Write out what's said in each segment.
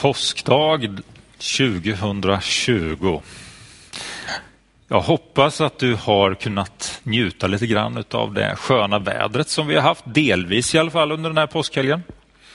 Påskdag 2020. Jag hoppas att du har kunnat njuta lite grann av det sköna vädret som vi har haft, delvis i alla fall under den här påskhelgen.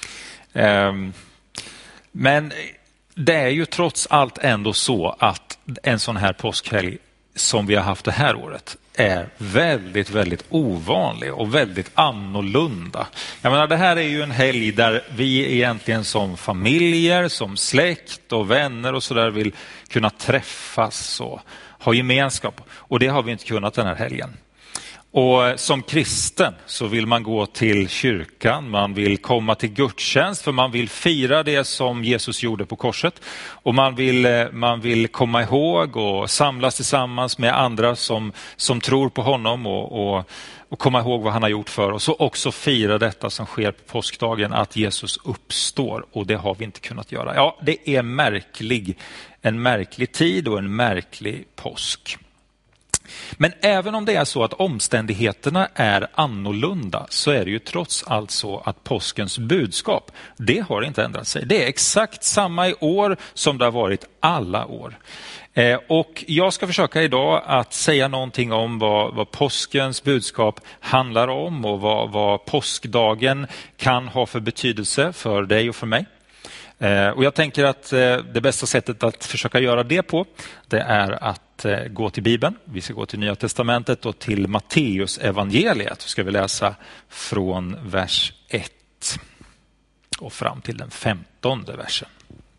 Men det är ju trots allt ändå så att en sån här påskhelg som vi har haft det här året är väldigt, väldigt ovanlig och väldigt annorlunda. Jag menar, det här är ju en helg där vi egentligen som familjer, som släkt och vänner och sådär vill kunna träffas och ha gemenskap. Och det har vi inte kunnat den här helgen. Och som kristen så vill man gå till kyrkan, man vill komma till gudstjänst för man vill fira det som Jesus gjorde på korset. Och man vill komma ihåg och samlas tillsammans med andra som tror på honom och komma ihåg vad han har gjort för oss. Och också fira detta som sker på påskdagen, att Jesus uppstår, och det har vi inte kunnat göra. Ja, det är en märklig tid och en märklig påsk. Men även om det är så att omständigheterna är annorlunda, så är det ju trots allt så att påskens budskap, det har inte ändrat sig. Det är exakt samma i år som det har varit alla år. Och jag ska försöka idag att säga någonting om vad påskens budskap handlar om och vad påskdagen kan ha för betydelse för dig och för mig. Och jag tänker att det bästa sättet att försöka göra det på, det är att gå till Bibeln. Vi ska gå till Nya testamentet och till Matteus evangeliet. Så ska vi läsa från vers 1 och fram till den 15:e versen.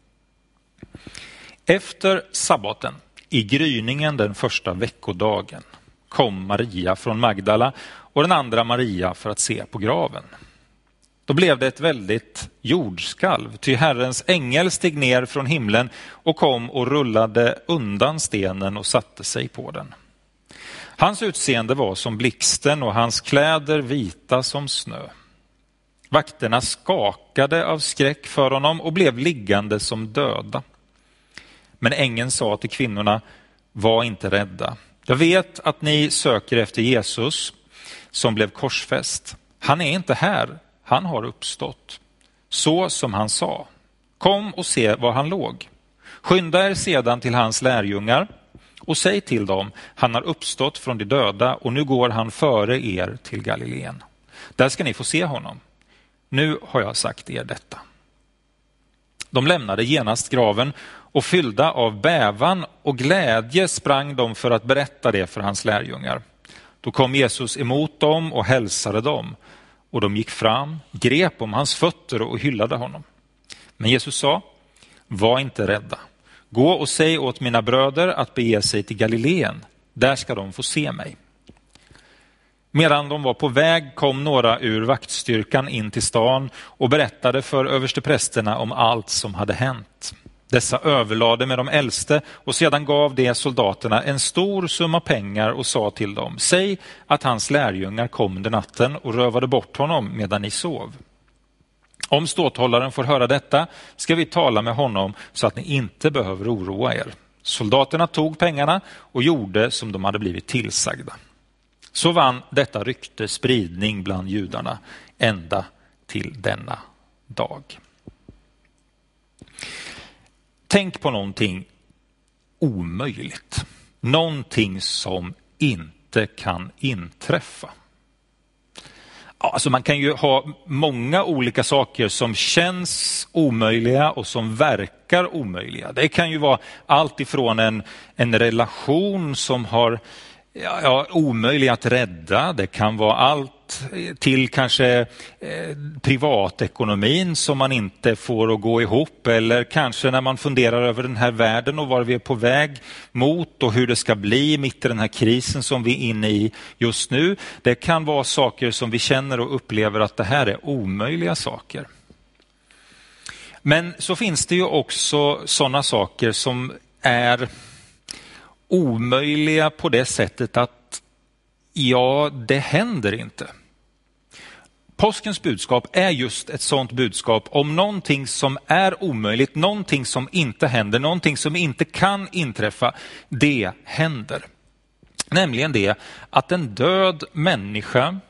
Efter sabbaten, i gryningen den första veckodagen, kom Maria från Magdala och den andra Maria för att se på graven. Då blev det ett väldigt jordskalv, ty Herrens ängel steg ner från himlen och kom och rullade undan stenen och satte sig på den. Hans utseende var som blixten och hans kläder vita som snö. Vakterna skakade av skräck för honom och blev liggande som döda. Men ängeln sa till kvinnorna: var inte rädda. Jag vet att ni söker efter Jesus som blev korsfäst. Han är inte här. Han har uppstått, så som han sa. Kom och se var han låg. Skynda er sedan till hans lärjungar och säg till dem: han har uppstått från de döda och nu går han före er till Galileen. Där ska ni få se honom. Nu har jag sagt er detta. De lämnade genast graven och fyllda av bävan och glädje sprang de för att berätta det för hans lärjungar. Då kom Jesus emot dem och hälsade dem. Och de gick fram, grep om hans fötter och hyllade honom. Men Jesus sa: var inte rädda. Gå och säg åt mina bröder att bege sig till Galileen. Där ska de få se mig. Medan de var på väg kom några ur vaktstyrkan in till stan och berättade för översteprästerna om allt som hade hänt. Dessa överlade med de äldste och sedan gav de soldaterna en stor summa pengar och sa till dem: säg att hans lärjungar kom under natten och rövade bort honom medan ni sov. Om ståthållaren får höra detta ska vi tala med honom så att ni inte behöver oroa er. Soldaterna tog pengarna och gjorde som de hade blivit tillsagda. Så vann detta rykte spridning bland judarna ända till denna dag. Tänk på någonting omöjligt. Någonting som inte kan inträffa. Alltså man kan ju ha många olika saker som känns omöjliga och som verkar omöjliga. Det kan ju vara allt ifrån en relation som har omöjlig att rädda. Det kan vara allt till kanske privatekonomin som man inte får att gå ihop, eller kanske när man funderar över den här världen och var vi är på väg mot och hur det ska bli mitt i den här krisen som vi är inne i just nu. Det kan vara saker som vi känner och upplever att det här är omöjliga saker. Men så finns det ju också sådana saker som är omöjliga på det sättet att det händer inte. Påskens budskap är just ett sådant budskap om någonting som är omöjligt, någonting som inte händer, någonting som inte kan inträffa. Det händer. Nämligen det att en död människa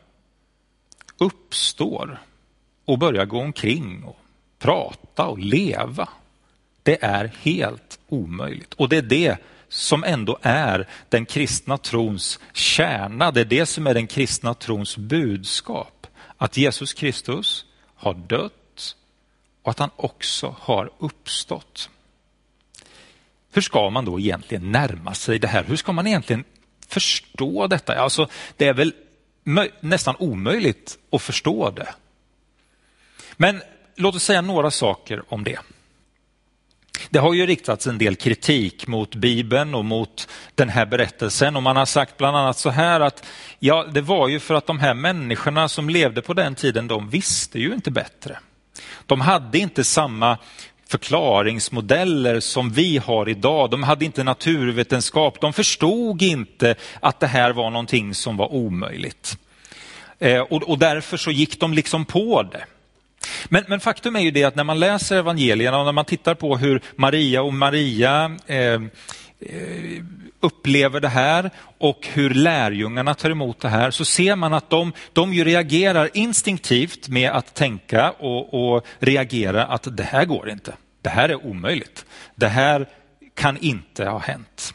uppstår och börjar gå omkring och prata och leva. Det är helt omöjligt. Och det är det som ändå är den kristna trons kärna. Det är det som är den kristna trons budskap. Att Jesus Kristus har dött och att han också har uppstått. Hur ska man då egentligen närma sig det här? Hur ska man egentligen förstå detta? Alltså, det är väl nästan omöjligt att förstå det. Men låt oss säga några saker om det. Det har ju riktats en del kritik mot Bibeln och mot den här berättelsen. Och man har sagt bland annat så här att ja, det var ju för att de här människorna som levde på den tiden, de visste ju inte bättre. De hade inte samma förklaringsmodeller som vi har idag. De hade inte naturvetenskap. De förstod inte att det här var någonting som var omöjligt. Och därför så gick de liksom på det. Men faktum är ju det att när man läser evangelierna och när man tittar på hur Maria upplever det här och hur lärjungarna tar emot det här, så ser man att de ju reagerar instinktivt med att tänka och reagera att det här går inte. Det här är omöjligt. Det här kan inte ha hänt.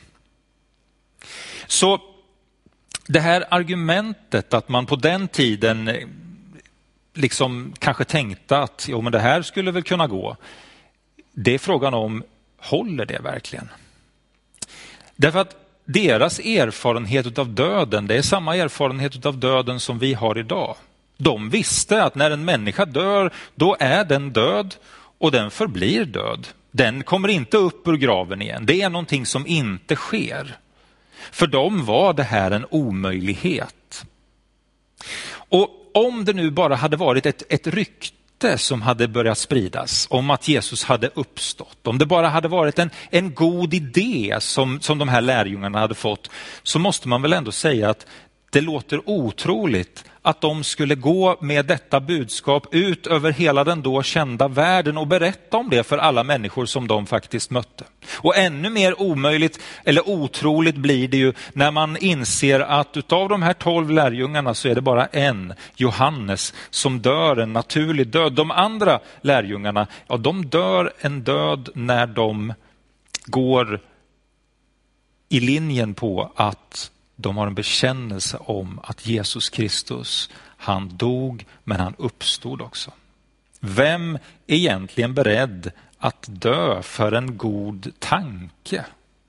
Så det här argumentet att man på den tiden liksom kanske tänkte att jo, men det här skulle väl kunna gå. Det är frågan om, håller det verkligen? Därför att deras erfarenhet av döden, det är samma erfarenhet av döden som vi har idag. De visste att när en människa dör, då är den död och den förblir död. Den kommer inte upp ur graven igen. Det är någonting som inte sker. För dem var det här en omöjlighet. Och om det nu bara hade varit ett rykte som hade börjat spridas om att Jesus hade uppstått, om det bara hade varit en god idé som de här lärjungarna hade fått, så måste man väl ändå säga att det låter otroligt att de skulle gå med detta budskap ut över hela den då kända världen och berätta om det för alla människor som de faktiskt mötte. Och ännu mer omöjligt eller otroligt blir det ju när man inser att utav de här 12 lärjungarna så är det bara en, Johannes, som dör en naturlig död. De andra lärjungarna, ja, de dör en död när de går i linjen på att de har en bekännelse om att Jesus Kristus, han dog men han uppstod också. Vem är egentligen beredd att dö för en god tanke?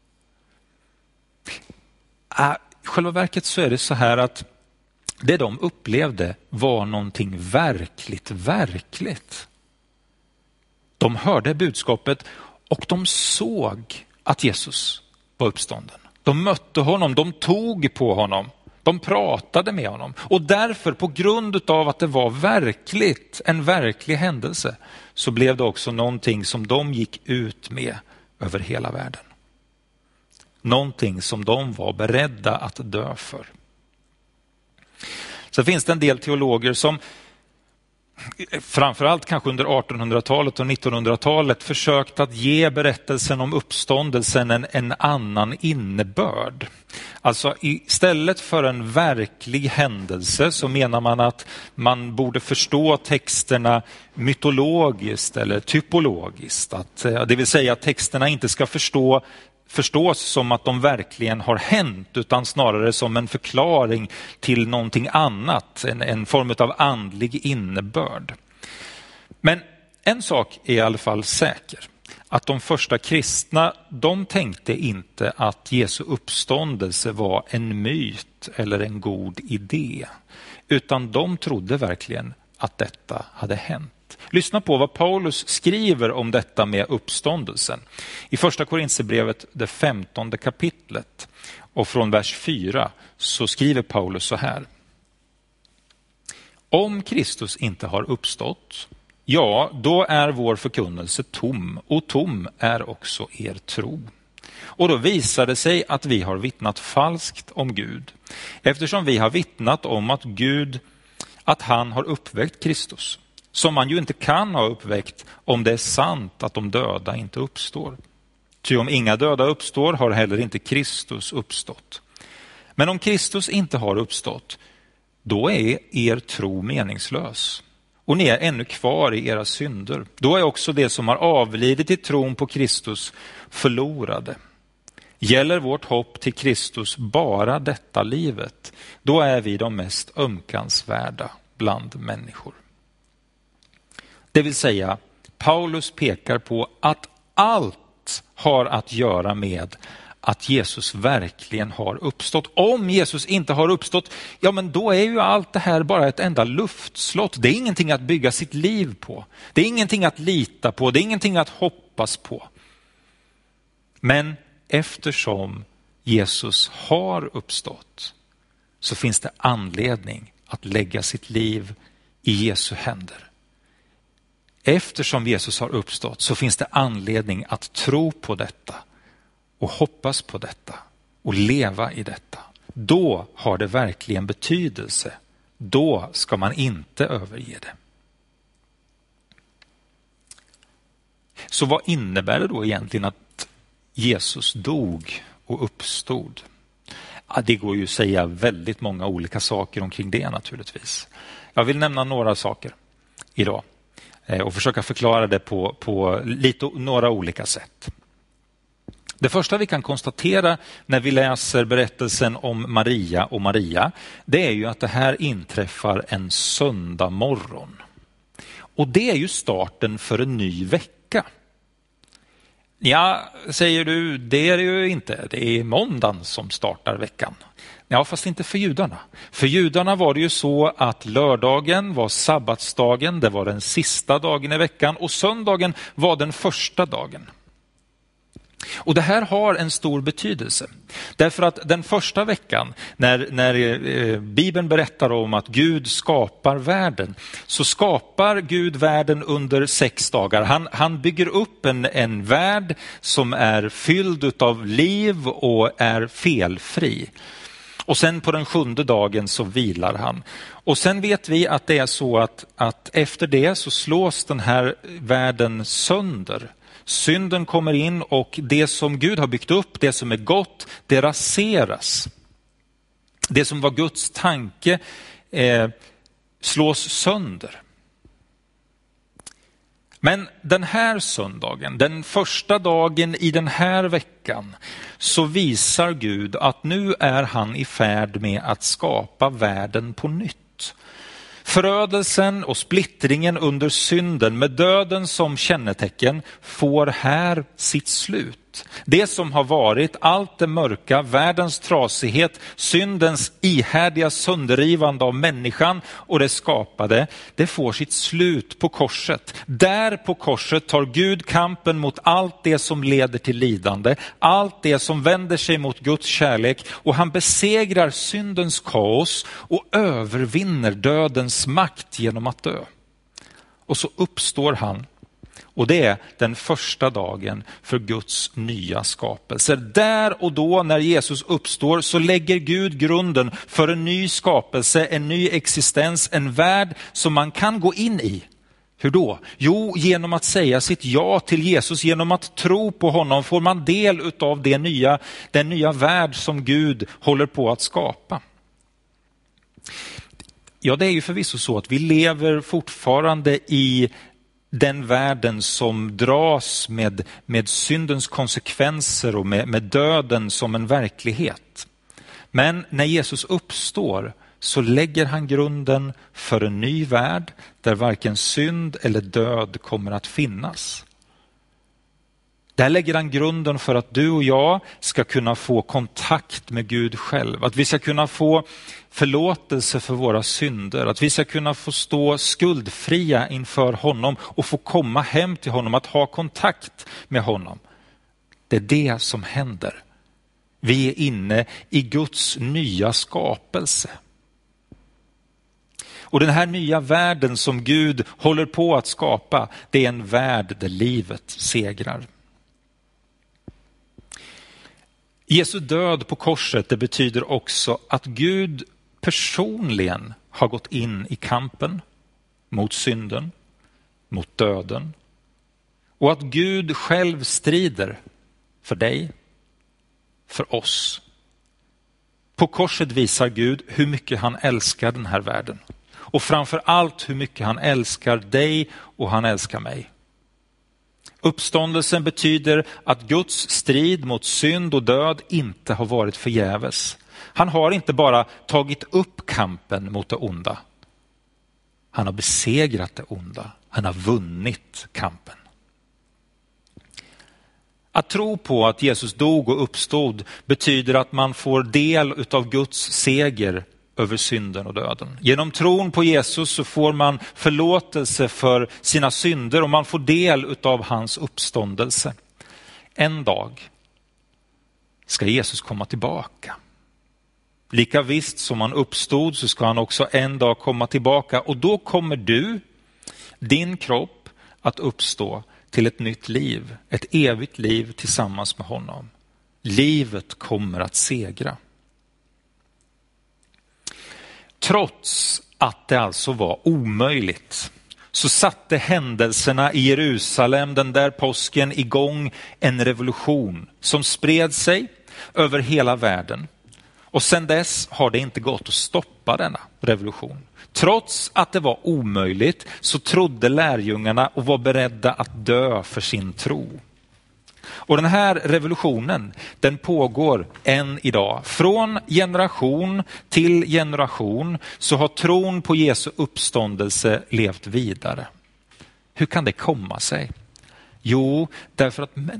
I själva verket så är det så här att det de upplevde var någonting verkligt. De hörde budskapet och de såg att Jesus var uppstånden. De mötte honom, de tog på honom, de pratade med honom. Och därför, på grund av att det var verkligt, en verklig händelse, så blev det också någonting som de gick ut med över hela världen. Någonting som de var beredda att dö för. Så finns det en del teologer som framförallt kanske under 1800-talet och 1900-talet försökt att ge berättelsen om uppståndelsen en annan innebörd. Alltså istället för en verklig händelse så menar man att man borde förstå texterna mytologiskt eller typologiskt. Det vill säga att texterna inte ska förstås som att de verkligen har hänt, utan snarare som en förklaring till någonting annat, en form av andlig innebörd. Men en sak är i alla fall säker, att de första kristna, de tänkte inte att Jesu uppståndelse var en myt eller en god idé, utan de trodde verkligen att detta hade hänt. Lyssna på vad Paulus skriver om detta med uppståndelsen. I första Korinthierbrevet, det 15:e kapitlet, och från vers 4 så skriver Paulus så här. Om Kristus inte har uppstått, ja, då är vår förkunnelse tom, och tom är också er tro. Och då visar det sig att vi har vittnat falskt om Gud, eftersom vi har vittnat om att han har uppväckt Kristus, som man ju inte kan ha uppväckt om det är sant att de döda inte uppstår. Ty om inga döda uppstår har heller inte Kristus uppstått. Men om Kristus inte har uppstått, då är er tro meningslös och ni är ännu kvar i era synder. Då är också det som har avlidit i tron på Kristus förlorade. Gäller vårt hopp till Kristus bara detta livet, då är vi de mest ömkansvärda bland människor. Det vill säga, Paulus pekar på att allt har att göra med att Jesus verkligen har uppstått. Om Jesus inte har uppstått, ja men då är ju allt det här bara ett enda luftslott. Det är ingenting att bygga sitt liv på. Det är ingenting att lita på. Det är ingenting att hoppas på. Men eftersom Jesus har uppstått så finns det anledning att lägga sitt liv i Jesu händer. Eftersom Jesus har uppstått så finns det anledning att tro på detta och hoppas på detta och leva i detta. Då har det verkligen betydelse. Då ska man inte överge det. Så vad innebär det då egentligen att Jesus dog och uppstod? Ja, det går ju att säga väldigt många olika saker omkring det naturligtvis. Jag vill nämna några saker idag och försöka förklara det på några olika sätt. Det första vi kan konstatera när vi läser berättelsen om Maria och Maria, det är ju att det här inträffar en söndag morgon. Och det är ju starten för en ny vecka. Ja, säger du, det är det ju inte. Det är måndagen som startar veckan. Ja, fast inte för judarna. För judarna var det ju så att lördagen var sabbatsdagen, det var den sista dagen i veckan och söndagen var den första dagen. Och det här har en stor betydelse. Därför att den första veckan när Bibeln berättar om att Gud skapar världen, så skapar Gud världen under 6 dagar. Han bygger upp en värld som är fylld av liv och är felfri. Och sen på den 7:e dagen så vilar han. Och sen vet vi att det är så att efter det så slås den här världen sönder. Synden kommer in och det som Gud har byggt upp, det som är gott, det raseras. Det som var Guds tanke slås sönder. Men den här söndagen, den första dagen i den här veckan, så visar Gud att nu är han i färd med att skapa världen på nytt. Förödelsen och splittringen under synden med döden som kännetecken får här sitt slut. Det som har varit, allt det mörka, världens trasighet, syndens ihärdiga sönderrivande av människan och det skapade, det får sitt slut på korset. Där på korset tar Gud kampen mot allt det som leder till lidande, allt det som vänder sig mot Guds kärlek, och han besegrar syndens kaos och övervinner dödens makt genom att dö. Och så uppstår han. Och det är den första dagen för Guds nya skapelse. Där och då när Jesus uppstår så lägger Gud grunden för en ny skapelse, en ny existens, en värld som man kan gå in i. Hur då? Jo, genom att säga sitt ja till Jesus, genom att tro på honom får man del av den nya värld som Gud håller på att skapa. Ja, det är ju förvisso så att vi lever fortfarande i den världen som dras med syndens konsekvenser och med döden som en verklighet. Men när Jesus uppstår så lägger han grunden för en ny värld där varken synd eller död kommer att finnas. Där lägger han grunden för att du och jag ska kunna få kontakt med Gud själv. Att vi ska kunna få förlåtelse för våra synder. Att vi ska kunna få stå skuldfria inför honom och få komma hem till honom. Att ha kontakt med honom. Det är det som händer. Vi är inne i Guds nya skapelse. Och den här nya världen som Gud håller på att skapa, det är en värld där livet segrar. Jesu död på korset, det betyder också att Gud personligen har gått in i kampen mot synden, mot döden. Och att Gud själv strider för dig, för oss. På korset visar Gud hur mycket han älskar den här världen. och framför allt hur mycket han älskar dig och han älskar mig. Uppståndelsen betyder att Guds strid mot synd och död inte har varit förgäves. Han har inte bara tagit upp kampen mot det onda. Han har besegrat det onda. Han har vunnit kampen. Att tro på att Jesus dog och uppstod betyder att man får del av Guds seger över synden och döden. Genom tron på Jesus så får man förlåtelse för sina synder och man får del av hans uppståndelse. En dag ska Jesus komma tillbaka. Lika visst som han uppstod så ska han också en dag komma tillbaka, och då kommer din kropp att uppstå till ett nytt liv, ett evigt liv tillsammans med honom. Livet kommer att segra. Trots att det alltså var omöjligt så satte händelserna i Jerusalem den där påsken igång en revolution som spred sig över hela världen. Och sedan dess har det inte gått att stoppa denna revolution. Trots att det var omöjligt så trodde lärjungarna och var beredda att dö för sin tro. Och den här revolutionen, den pågår än idag. Från generation till generation så har tron på Jesu uppståndelse levt vidare. Hur kan det komma sig? Jo, därför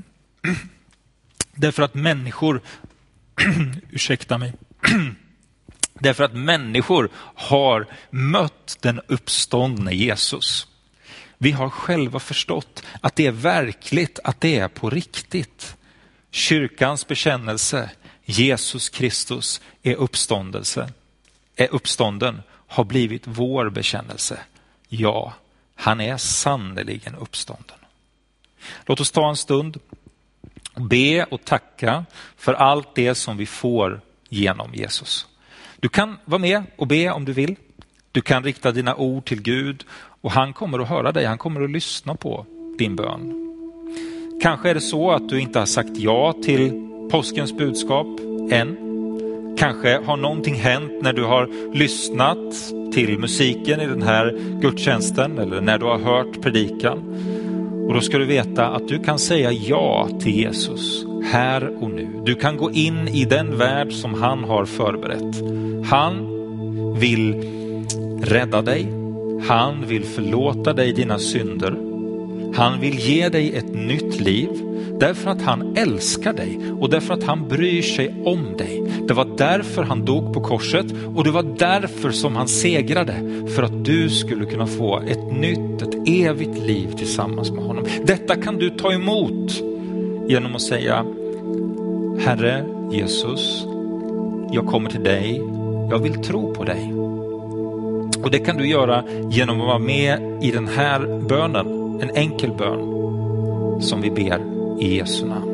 att människor ursäkta mig. Därför att människor har mött den uppståndne Jesus. Vi har själva förstått att det är verkligt, att det är på riktigt. Kyrkans bekännelse, Jesus Kristus är uppstånden, har blivit vår bekännelse. Ja, han är sannoliken uppstånden. Låt oss ta en stund och be och tacka för allt det som vi får genom Jesus. Du kan vara med och be om du vill. Du kan rikta dina ord till Gud och han kommer att höra dig. Han kommer att lyssna på din bön. Kanske är det så att du inte har sagt ja till påskens budskap än. Kanske har någonting hänt när du har lyssnat till musiken i den här gudstjänsten eller när du har hört predikan. Och då ska du veta att du kan säga ja till Jesus här och nu. Du kan gå in i den värld som han har förberett. Han vill rädda dig. Han vill förlåta dig dina synder. Han vill ge dig ett nytt liv därför att han älskar dig och därför att han bryr sig om dig. Det var därför han dog på korset och det var därför som han segrade, för att du skulle kunna få ett nytt, ett evigt liv tillsammans med honom. Detta kan du ta emot genom att säga: Herre Jesus, jag kommer till dig, jag vill tro på dig. Och det kan du göra genom att vara med i den här bönen, en enkel bön som vi ber i Jesu namn.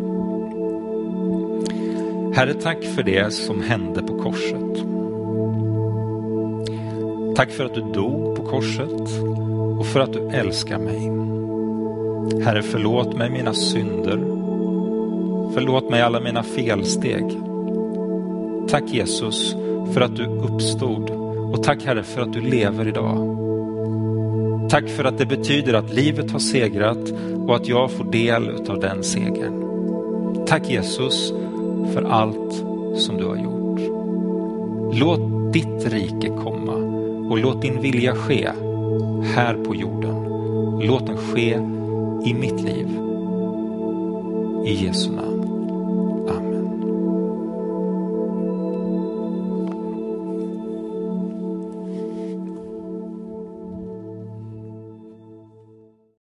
Herre, tack för det som hände på korset. Tack för att du dog på korset och för att du älskar mig. Herre, förlåt mig mina synder. Förlåt mig alla mina felsteg. Tack Jesus för att du uppstod. Och tack Herre för att du lever idag. Tack för att det betyder att livet har segrat och att jag får del av den segern. Tack Jesus för allt som du har gjort. Låt ditt rike komma och låt din vilja ske här på jorden. Låt den ske i mitt liv. I Jesu namn.